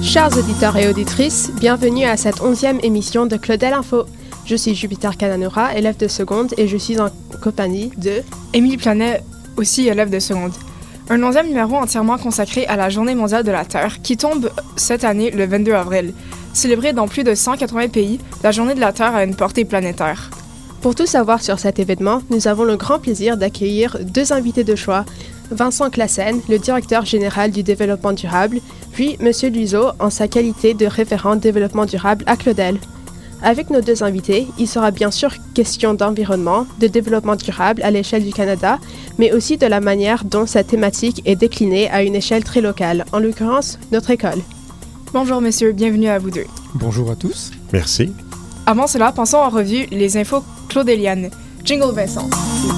Chers auditeurs et auditrices, bienvenue à cette 11e émission de Claudel Info. Je suis Jupiter Kananura, élève de seconde, et je suis en compagnie de... Émilie Planet, aussi élève de seconde. Un 11e numéro entièrement consacré à la Journée mondiale de la Terre, qui tombe cette année le 22 avril. Célébrée dans plus de 180 pays, la Journée de la Terre a une portée planétaire. Pour tout savoir sur cet événement, nous avons le grand plaisir d'accueillir deux invités de choix. Vincent Claassen, le directeur général du développement durable, puis M. Luiseau en sa qualité de référent développement durable à Claudel. Avec nos deux invités, il sera bien sûr question d'environnement, de développement durable à l'échelle du Canada, mais aussi de la manière dont cette thématique est déclinée à une échelle très locale, en l'occurrence notre école. Bonjour messieurs, bienvenue à vous deux. Bonjour à tous. Merci. Avant cela, passons en revue les infos claudéliennes. Jingle Vincent.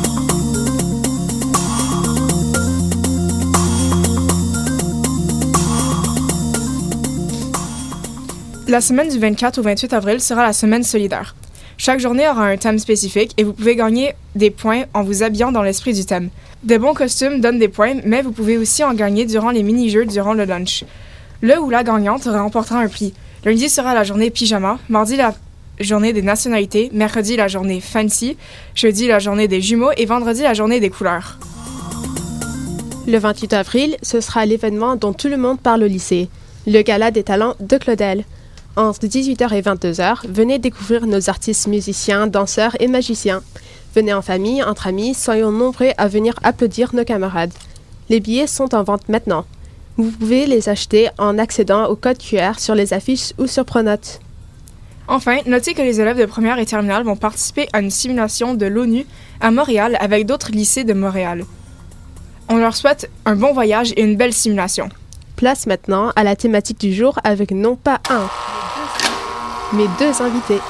La semaine du 24 au 28 avril sera la semaine solidaire. Chaque journée aura un thème spécifique et vous pouvez gagner des points en vous habillant dans l'esprit du thème. De bons costumes donnent des points, mais vous pouvez aussi en gagner durant les mini-jeux durant le lunch. Le ou la gagnante remportera un prix. Lundi sera la journée pyjama, mardi la journée des nationalités, mercredi la journée fancy, jeudi la journée des jumeaux et vendredi la journée des couleurs. Le 28 avril, ce sera l'événement dont tout le monde parle au lycée, le Gala des talents de Claudel. Entre 18h et 22h, venez découvrir nos artistes musiciens, danseurs et magiciens. Venez en famille, entre amis, soyons nombreux à venir applaudir nos camarades. Les billets sont en vente maintenant. Vous pouvez les acheter en accédant au code QR sur les affiches ou sur Pronote. Enfin, notez que les élèves de première et terminale vont participer à une simulation de l'ONU à Montréal avec d'autres lycées de Montréal. On leur souhaite un bon voyage et une belle simulation. Place maintenant à la thématique du jour avec non pas un, mais deux invités.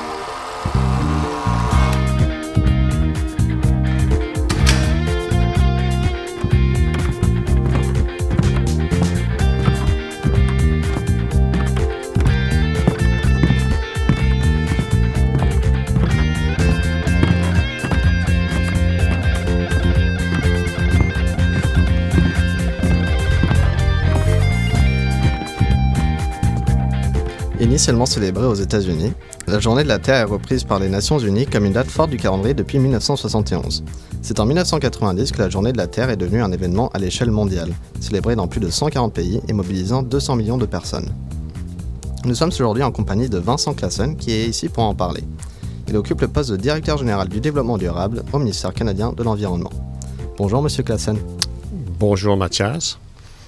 Initialement célébrée aux États-Unis, la Journée de la Terre est reprise par les Nations Unies comme une date forte du calendrier depuis 1971. C'est en 1990 que la Journée de la Terre est devenue un événement à l'échelle mondiale, célébré dans plus de 140 pays et mobilisant 200 millions de personnes. Nous sommes aujourd'hui en compagnie de Vincent Claassen qui est ici pour en parler. Il occupe le poste de directeur général du développement durable au ministère canadien de l'Environnement. Bonjour Monsieur Claassen. Bonjour Mathias.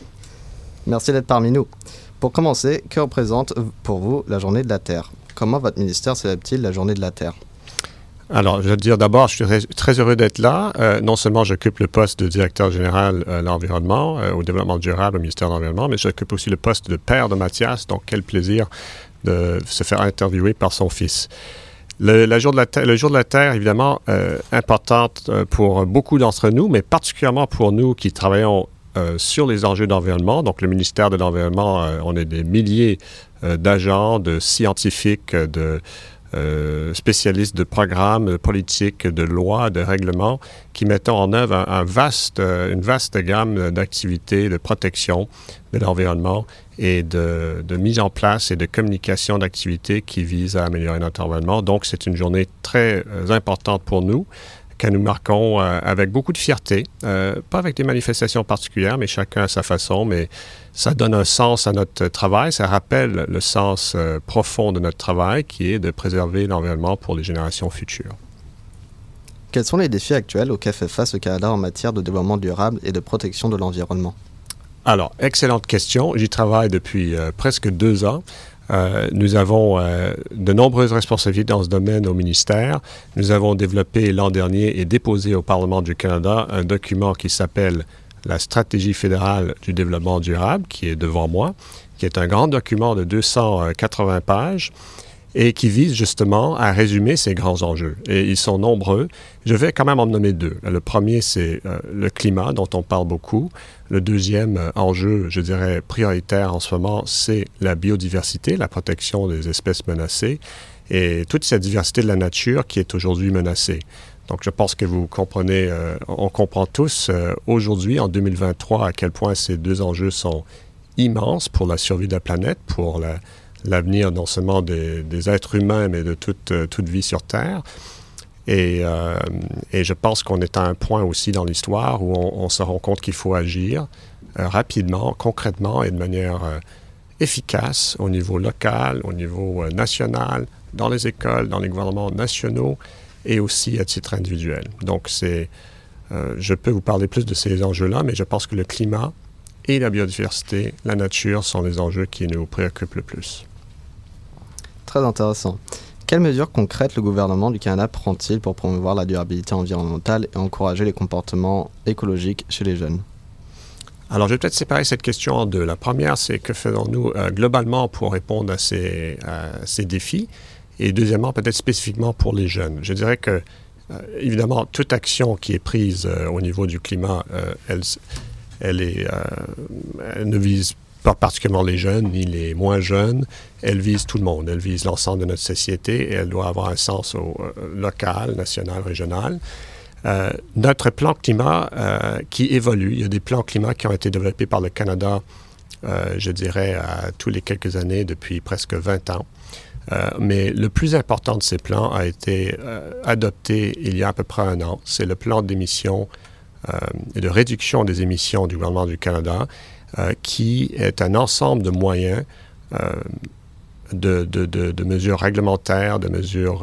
Merci d'être parmi nous. Pour commencer, que représente pour vous la Journée de la Terre? Comment votre ministère célèbre-t-il la Journée de la Terre? Alors, je veux dire d'abord, je suis très heureux d'être là. Non seulement j'occupe le poste de directeur général à l'environnement, au développement durable au ministère de l'Environnement, mais j'occupe aussi le poste de père de Mathias, donc quel plaisir de se faire interviewer par son fils. Le jour de la Terre, évidemment, importante pour beaucoup d'entre nous, mais particulièrement pour nous qui travaillons sur les enjeux d'environnement. Donc, le ministère de l'Environnement, on est des milliers d'agents, de scientifiques, de spécialistes de programmes, de politiques, de lois, de règlements qui mettent en œuvre une vaste gamme d'activités de protection de l'environnement et de mise en place et de communication d'activités qui visent à améliorer notre environnement. Donc, c'est une journée très importante pour nous, que nous marquons avec beaucoup de fierté, pas avec des manifestations particulières, mais chacun à sa façon, mais ça donne un sens à notre travail, ça rappelle le sens profond de notre travail qui est de préserver l'environnement pour les générations futures. Quels sont les défis actuels auxquels fait face le Canada en matière de développement durable et de protection de l'environnement? Alors, excellente question. J'y travaille depuis presque 2 ans. Nous avons de nombreuses responsabilités dans ce domaine au ministère. Nous avons développé l'an dernier et déposé au Parlement du Canada un document qui s'appelle la Stratégie fédérale du développement durable, qui est devant moi, qui est un grand document de 280 pages et qui vise justement à résumer ces grands enjeux. Et ils sont nombreux. Je vais quand même en nommer 2. Le premier, c'est le climat, dont on parle beaucoup. Le deuxième enjeu, je dirais, prioritaire en ce moment, c'est la biodiversité, la protection des espèces menacées et toute cette diversité de la nature qui est aujourd'hui menacée. Donc, je pense que vous comprenez, on comprend tous aujourd'hui, en 2023, à quel point ces 2 enjeux sont immense pour la survie de la planète, pour l'avenir non seulement des êtres humains, mais de toute vie sur Terre. Et je pense qu'on est à un point aussi dans l'histoire où on se rend compte qu'il faut agir rapidement, concrètement et de manière efficace au niveau local, au niveau national, dans les écoles, dans les gouvernements nationaux et aussi à titre individuel. Donc, je peux vous parler plus de ces enjeux-là, mais je pense que le climat et la biodiversité, la nature sont les enjeux qui nous préoccupent le plus. Très intéressant. Quelles mesures concrètes le gouvernement du Canada prend-il pour promouvoir la durabilité environnementale et encourager les comportements écologiques chez les jeunes? Alors, je vais peut-être séparer cette question en deux. La première, c'est que faisons-nous globalement pour répondre à ces défis? Et deuxièmement, peut-être spécifiquement pour les jeunes. Je dirais que, évidemment, toute action qui est prise au niveau du climat, elle ne vise pas particulièrement les jeunes ni les moins jeunes. Elle vise tout le monde. Elle vise l'ensemble de notre société et elle doit avoir un sens local, national, régional. Notre plan climat qui évolue, il y a des plans climat qui ont été développés par le Canada, je dirais, tous les quelques années depuis presque 20 ans. Mais le plus important de ces plans a été adopté il y a à peu près un an. C'est le plan d'émissions et de réduction des émissions du gouvernement du Canada, qui est un ensemble de moyens, de mesures réglementaires, de mesures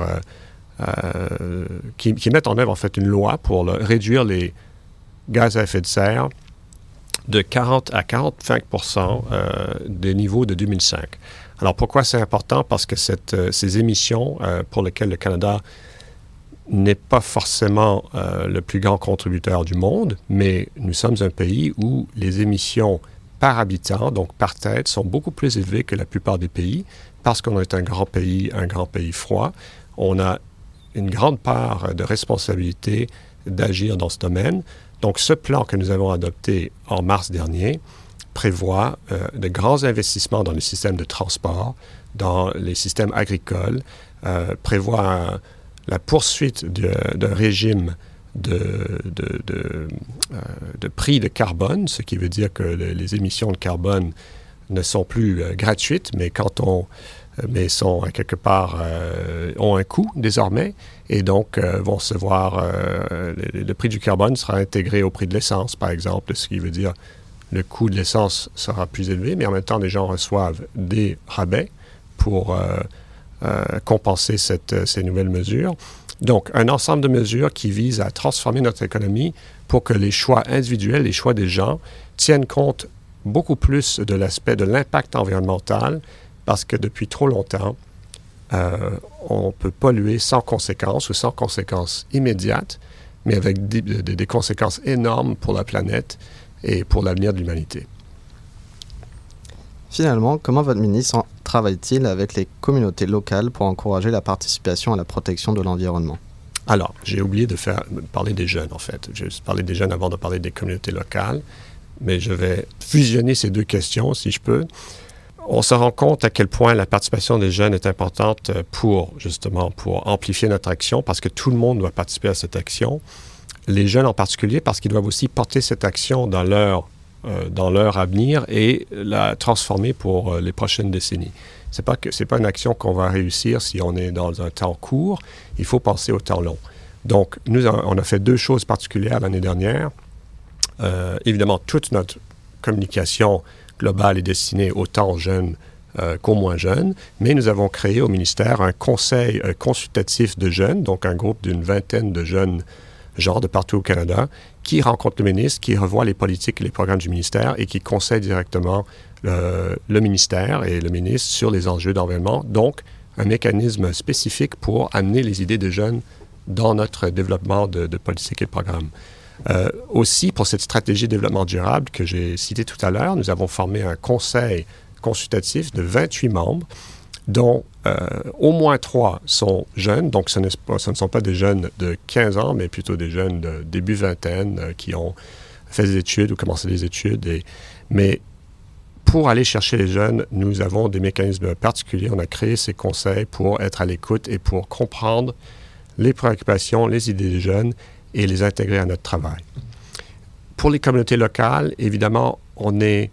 qui mettent en œuvre en fait une loi pour réduire les gaz à effet de serre de 40 à 45% des niveaux de 2005. Alors pourquoi c'est important? Parce que ces émissions pour lesquelles le Canada n'est pas forcément le plus grand contributeur du monde, mais nous sommes un pays où les émissions par habitant, donc par tête, sont beaucoup plus élevées que la plupart des pays, parce qu'on est un grand pays froid. On a une grande part de responsabilité d'agir dans ce domaine. Donc, ce plan que nous avons adopté en mars dernier prévoit de grands investissements dans les systèmes de transport, dans les systèmes agricoles, prévoit la poursuite d'un régime de prix de carbone, ce qui veut dire que les émissions de carbone ne sont plus gratuites, mais sont quelque part ont un coût désormais et donc vont se voir le prix du carbone sera intégré au prix de l'essence par exemple, ce qui veut dire le coût de l'essence sera plus élevé, mais en même temps les gens reçoivent des rabais pour compenser ces nouvelles mesures. Donc un ensemble de mesures qui visent à transformer notre économie pour que les choix individuels, les choix des gens tiennent compte beaucoup plus de l'aspect de l'impact environnemental, parce que depuis trop longtemps, on peut polluer sans conséquences ou sans conséquences immédiates, mais avec des conséquences énormes pour la planète et pour l'avenir de l'humanité. Finalement, comment votre ministre travaille-t-il avec les communautés locales pour encourager la participation à la protection de l'environnement? Alors, j'ai oublié de parler des jeunes, en fait. J'ai parlé des jeunes avant de parler des communautés locales, mais je vais fusionner ces deux questions, si je peux. On se rend compte à quel point la participation des jeunes est importante pour amplifier notre action, parce que tout le monde doit participer à cette action. Les jeunes en particulier, parce qu'ils doivent aussi porter cette action dans leur avenir et la transformer pour les prochaines décennies. C'est pas une action qu'on va réussir si on est dans un temps court. Il faut penser au temps long. Donc, on a fait deux choses particulières l'année dernière. Évidemment, toute notre communication globale est destinée autant aux jeunes qu'aux moins jeunes, mais nous avons créé au ministère un conseil consultatif de jeunes, donc un groupe d'une vingtaine de jeunes gens de partout au Canada, qui rencontrent le ministre, qui revoient les politiques et les programmes du ministère et qui conseillent directement le ministère et le ministre sur les enjeux d'environnement. Donc, un mécanisme spécifique pour amener les idées des jeunes dans notre développement de politique et de programmes. Aussi, pour cette stratégie de développement durable que j'ai citée tout à l'heure, nous avons formé un conseil consultatif de 28 membres, dont au moins 3 sont jeunes, donc ce ne sont pas des jeunes de 15 ans, mais plutôt des jeunes de début vingtaine qui ont fait des études ou commencé des études. Mais pour aller chercher les jeunes, nous avons des mécanismes particuliers. On a créé ces conseils pour être à l'écoute et pour comprendre les préoccupations, les idées des jeunes et les intégrer à notre travail. Pour les communautés locales, évidemment, on est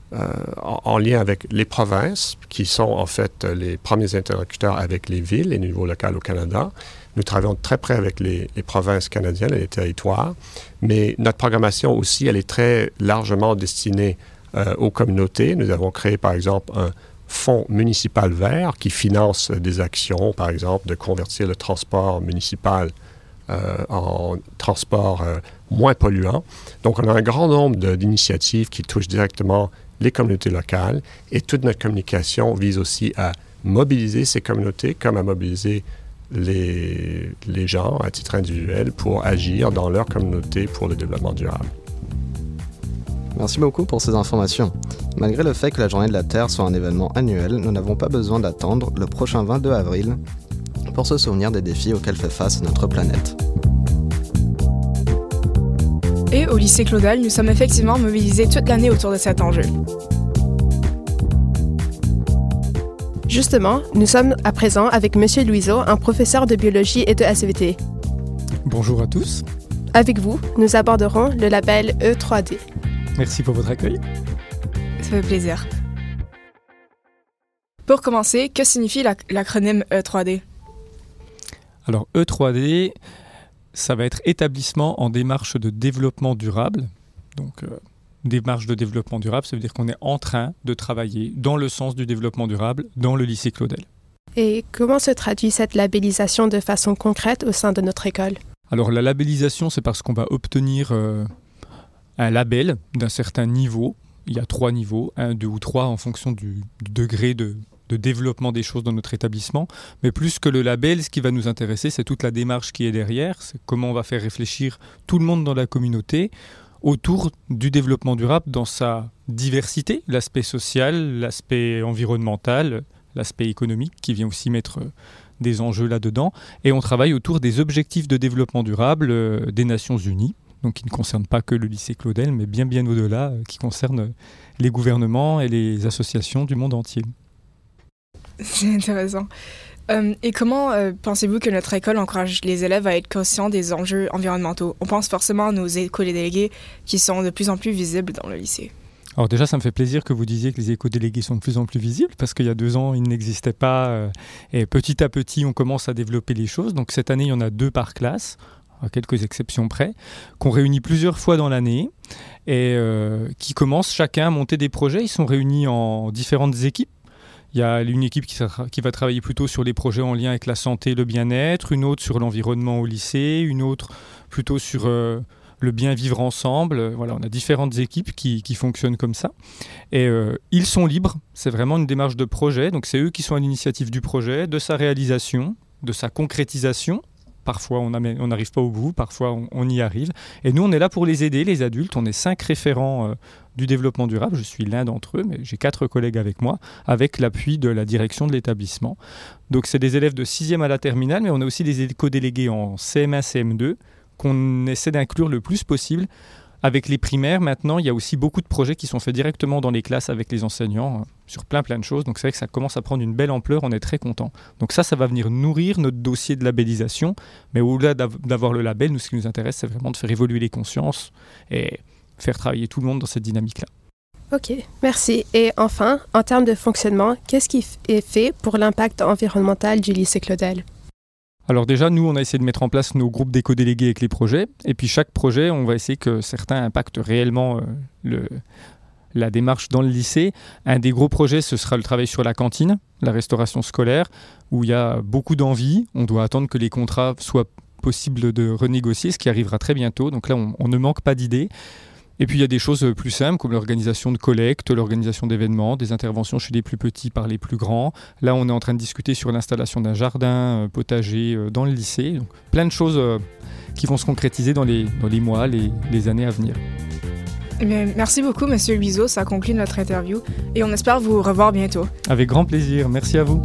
en lien avec les provinces, qui sont en fait les premiers interlocuteurs avec les villes et les niveaux local au Canada. Nous travaillons très près avec les provinces canadiennes et les territoires, mais notre programmation aussi, elle est très largement destinée aux communautés. Nous avons créé, par exemple, un fonds municipal vert qui finance des actions, par exemple, de convertir le transport municipal en transport moins polluant. Donc, on a un grand nombre d'initiatives qui touchent directement les communautés locales et toute notre communication vise aussi à mobiliser ces communautés comme à mobiliser les gens à titre individuel pour agir dans leur communauté pour le développement durable. Merci beaucoup pour ces informations. Malgré le fait que la Journée de la Terre soit un événement annuel, nous n'avons pas besoin d'attendre le prochain 22 avril pour se souvenir des défis auxquels fait face notre planète. Et au lycée Claudel, nous sommes effectivement mobilisés toute l'année autour de cet enjeu. Justement, nous sommes à présent avec M. Louiseau, un professeur de biologie et de SVT. Bonjour à tous. Avec vous, nous aborderons le label E3D. Merci pour votre accueil. Ça fait plaisir. Pour commencer, que signifie l'acronyme E3D? Alors E3D, ça va être établissement en démarche de développement durable. Donc démarche de développement durable, ça veut dire qu'on est en train de travailler dans le sens du développement durable dans le lycée Claudel. Et comment se traduit cette labellisation de façon concrète au sein de notre école? Alors la labellisation, c'est parce qu'on va obtenir un label d'un certain niveau. Il y a 3 niveaux, 1, 2 ou 3 en fonction du degré de développement des choses dans notre établissement. Mais plus que le label, ce qui va nous intéresser, c'est toute la démarche qui est derrière. C'est comment on va faire réfléchir tout le monde dans la communauté autour du développement durable dans sa diversité, l'aspect social, l'aspect environnemental, l'aspect économique qui vient aussi mettre des enjeux là-dedans. Et on travaille autour des objectifs de développement durable des Nations Unies, donc qui ne concernent pas que le lycée Claudel, mais bien au-delà, qui concernent les gouvernements et les associations du monde entier. C'est intéressant. Et comment pensez-vous que notre école encourage les élèves à être conscients des enjeux environnementaux? On pense forcément à nos éco-délégués qui sont de plus en plus visibles dans le lycée. Alors déjà, ça me fait plaisir que vous disiez que les éco-délégués sont de plus en plus visibles, parce qu'il y a 2 ans, ils n'existaient pas. Et petit à petit, on commence à développer les choses. Donc cette année, il y en a 2 par classe, à quelques exceptions près, qu'on réunit plusieurs fois dans l'année et qui commencent chacun à monter des projets. Ils sont réunis en différentes équipes. Il y a une équipe qui va travailler plutôt sur les projets en lien avec la santé et le bien-être, une autre sur l'environnement au lycée, une autre plutôt sur le bien vivre ensemble. Voilà, on a différentes équipes qui fonctionnent comme ça. Et ils sont libres, c'est vraiment une démarche de projet. Donc c'est eux qui sont à l'initiative du projet, de sa réalisation, de sa concrétisation. Parfois, on n'arrive pas au bout, parfois, on y arrive. Et nous, on est là pour les aider, les adultes. On est 5 référents du développement durable. Je suis l'un d'entre eux, mais j'ai 4 collègues avec moi, avec l'appui de la direction de l'établissement. Donc, c'est des élèves de 6e à la terminale, mais on a aussi des éco-délégués en CM1, CM2, qu'on essaie d'inclure le plus possible. Avec les primaires, maintenant, il y a aussi beaucoup de projets qui sont faits directement dans les classes avec les enseignants sur plein de choses. Donc c'est vrai que ça commence à prendre une belle ampleur, on est très contents. Donc ça va venir nourrir notre dossier de labellisation. Mais au-delà d'avoir le label, nous, ce qui nous intéresse, c'est vraiment de faire évoluer les consciences et faire travailler tout le monde dans cette dynamique-là. Ok, merci. Et enfin, en termes de fonctionnement, qu'est-ce qui est fait pour l'impact environnemental du lycée Claudel? Alors déjà, nous, on a essayé de mettre en place nos groupes d'éco-délégués avec les projets. Et puis chaque projet, on va essayer que certains impactent réellement la démarche dans le lycée. Un des gros projets, ce sera le travail sur la cantine, la restauration scolaire, où il y a beaucoup d'envie. On doit attendre que les contrats soient possibles de renégocier, ce qui arrivera très bientôt. Donc là, on ne manque pas d'idées. Et puis il y a des choses plus simples comme l'organisation de collectes, l'organisation d'événements, des interventions chez les plus petits par les plus grands. Là, on est en train de discuter sur l'installation d'un jardin potager dans le lycée. Donc, plein de choses qui vont se concrétiser dans les mois, les années à venir. Merci beaucoup, Monsieur Louiseau. Ça conclut notre interview et on espère vous revoir bientôt. Avec grand plaisir. Merci à vous.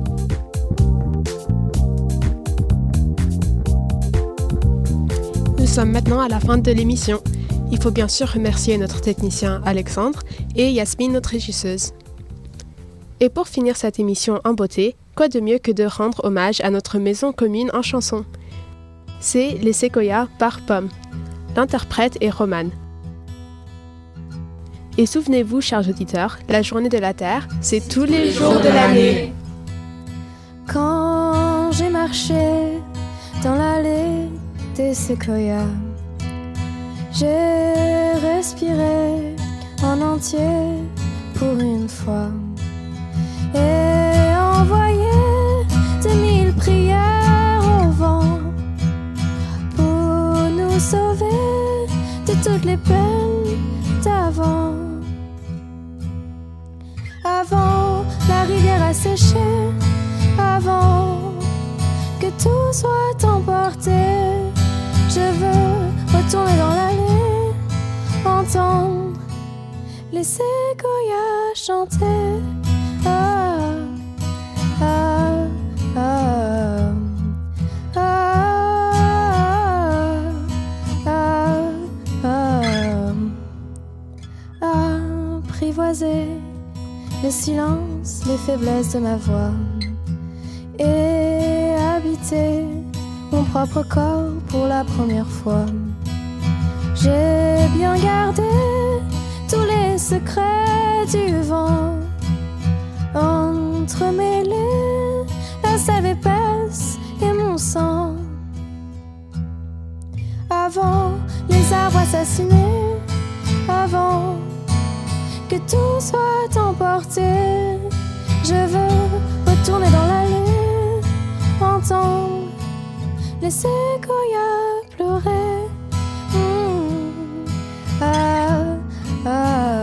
Nous sommes maintenant à la fin de l'émission. Il faut bien sûr remercier notre technicien Alexandre et Yasmine, notre régisseuse. Et pour finir cette émission en beauté, quoi de mieux que de rendre hommage à notre maison commune en chanson? C'est Les Séquoias par Pomme. L'interprète est Romane. Et souvenez-vous, chers auditeurs, la journée de la Terre, c'est tous les jours de l'année. Quand j'ai marché dans l'allée des séquoias, j'ai respiré en entier pour une fois et envoyé 2000 prières au vent pour nous sauver de toutes les peines d'avant. Avant la rivière a séché, avant que tout soit emporté, je veux retourner dans l'allée, entendre les séquoias chanter. Ah, ah, ah, ah, ah, ah, apprivoiser le silence, les faiblesses de ma voix et habiter mon propre corps pour la première fois. J'ai bien gardé tous les secrets du vent, entremêlés, la sève épaisse et mon sang. Avant les arbres assassinés, avant que tout soit emporté, je veux retourner dans l'allée, entendre les séquoias pleurer. Ah, ah,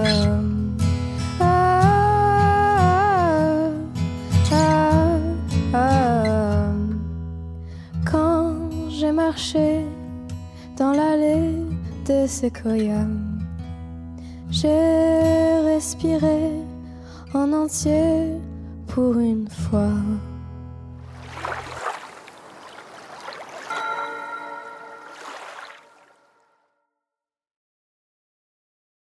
ah, ah, ah. Quand j'ai marché dans l'allée des séquoias, j'ai respiré en entier pour une fois.